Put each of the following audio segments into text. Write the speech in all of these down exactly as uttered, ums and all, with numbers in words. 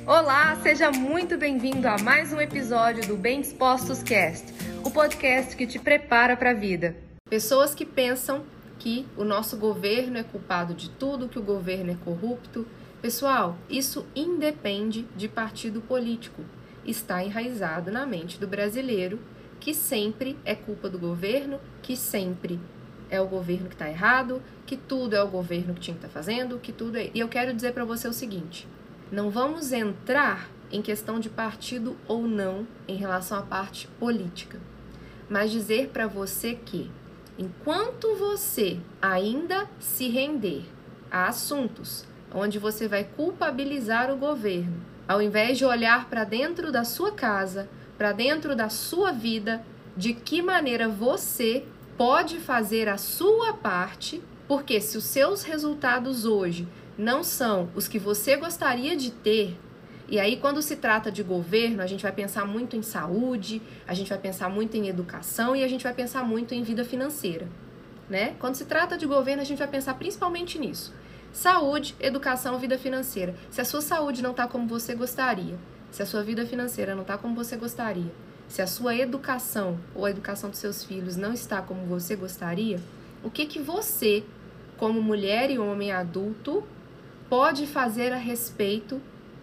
Olá, seja muito bem-vindo a mais um episódio do Bem Dispostos Cast, o podcast que te prepara para a vida. Pessoas que pensam que o nosso governo é culpado de tudo, que o governo é corrupto. Pessoal, isso independe de partido político. Está enraizado na mente do brasileiro que sempre é culpa do governo, que sempre é o governo que está errado, que tudo é o governo que tinha que estar fazendo, que tudo é... E eu quero dizer para você o seguinte: não vamos entrar em questão de partido ou não em relação à parte política, mas dizer para você que, enquanto você ainda se render a assuntos onde você vai culpabilizar o governo, ao invés de olhar para dentro da sua casa, para dentro da sua vida, de que maneira você pode fazer a sua parte, porque se os seus resultados hoje não são os que você gostaria de ter, e aí quando se trata de governo, a gente vai pensar muito em saúde, a gente vai pensar muito em educação e a gente vai pensar muito em vida financeira, né? Quando se trata de governo, a gente vai pensar principalmente nisso. Saúde, educação, vida financeira. Se a sua saúde não está como você gostaria, se a sua vida financeira não está como você gostaria, se a sua educação ou a educação dos seus filhos não está como você gostaria, o que que você, como mulher e homem adulto, pode fazer a respeito,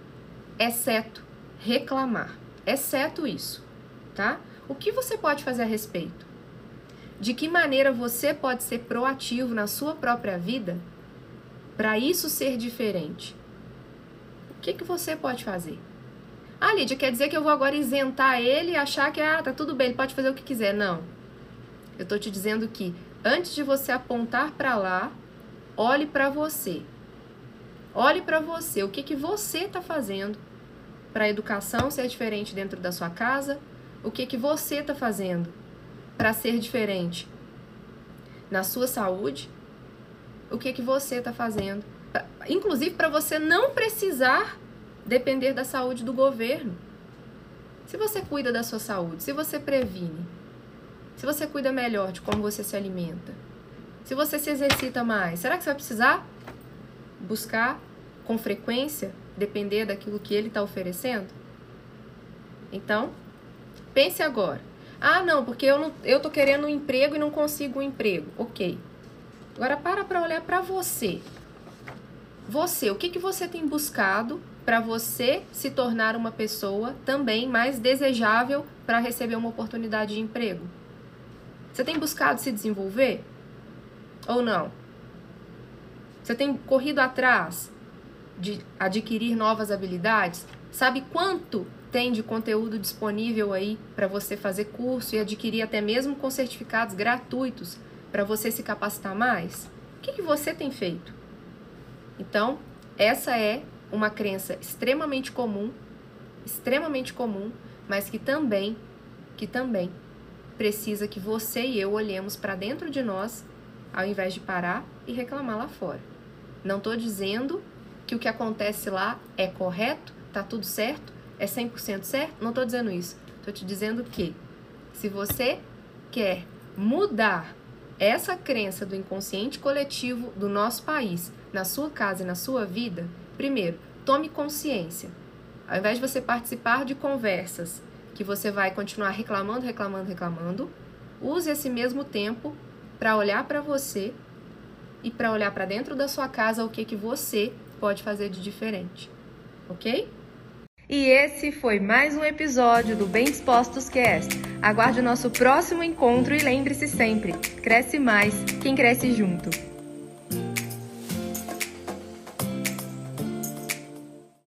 exceto reclamar? Exceto isso, tá? O que você pode fazer a respeito? De que maneira você pode ser proativo na sua própria vida para isso ser diferente? O que que você pode fazer? Ah, Lídia, quer dizer que eu vou agora isentar ele e achar que, ah, tá tudo bem, ele pode fazer o que quiser. Não. Eu tô te dizendo que, antes de você apontar para lá, olhe para você. Olhe para você. O que que você tá fazendo para a educação ser diferente dentro da sua casa? O que que você tá fazendo para ser diferente na sua saúde? O que que você tá fazendo? Pra, inclusive para você não precisar depender da saúde do governo. Se você cuida da sua saúde, se você previne, se você cuida melhor de como você se alimenta, se você se exercita mais, será que você vai precisar buscar com frequência depender daquilo que ele está oferecendo? Então, pense agora. Ah, não, porque eu, não, eu tô querendo um emprego e não consigo um emprego. Ok. Agora para para olhar para você. Você, o que que você tem buscado para você se tornar uma pessoa também mais desejável para receber uma oportunidade de emprego? Você tem buscado se desenvolver? Ou não? Você tem corrido atrás de adquirir novas habilidades? Sabe quanto tem de conteúdo disponível aí para você fazer curso e adquirir até mesmo com certificados gratuitos para você se capacitar mais? O que que você tem feito? Então, essa é uma crença extremamente comum, extremamente comum, mas que também, que também precisa que você e eu olhemos para dentro de nós, ao invés de parar e reclamar lá fora. Não estou dizendo que o que acontece lá é correto, tá tudo certo, é cem por cento certo, não estou dizendo isso. Estou te dizendo que se você quer mudar essa crença do inconsciente coletivo do nosso país, na sua casa e na sua vida, primeiro, tome consciência. Ao invés de você participar de conversas que você vai continuar reclamando, reclamando, reclamando, use esse mesmo tempo para olhar para você e para olhar para dentro da sua casa o que que você pode fazer de diferente, ok? E esse foi mais um episódio do Bem Dispostos Cast. Aguarde o nosso próximo encontro e lembre-se sempre, cresce mais quem cresce junto.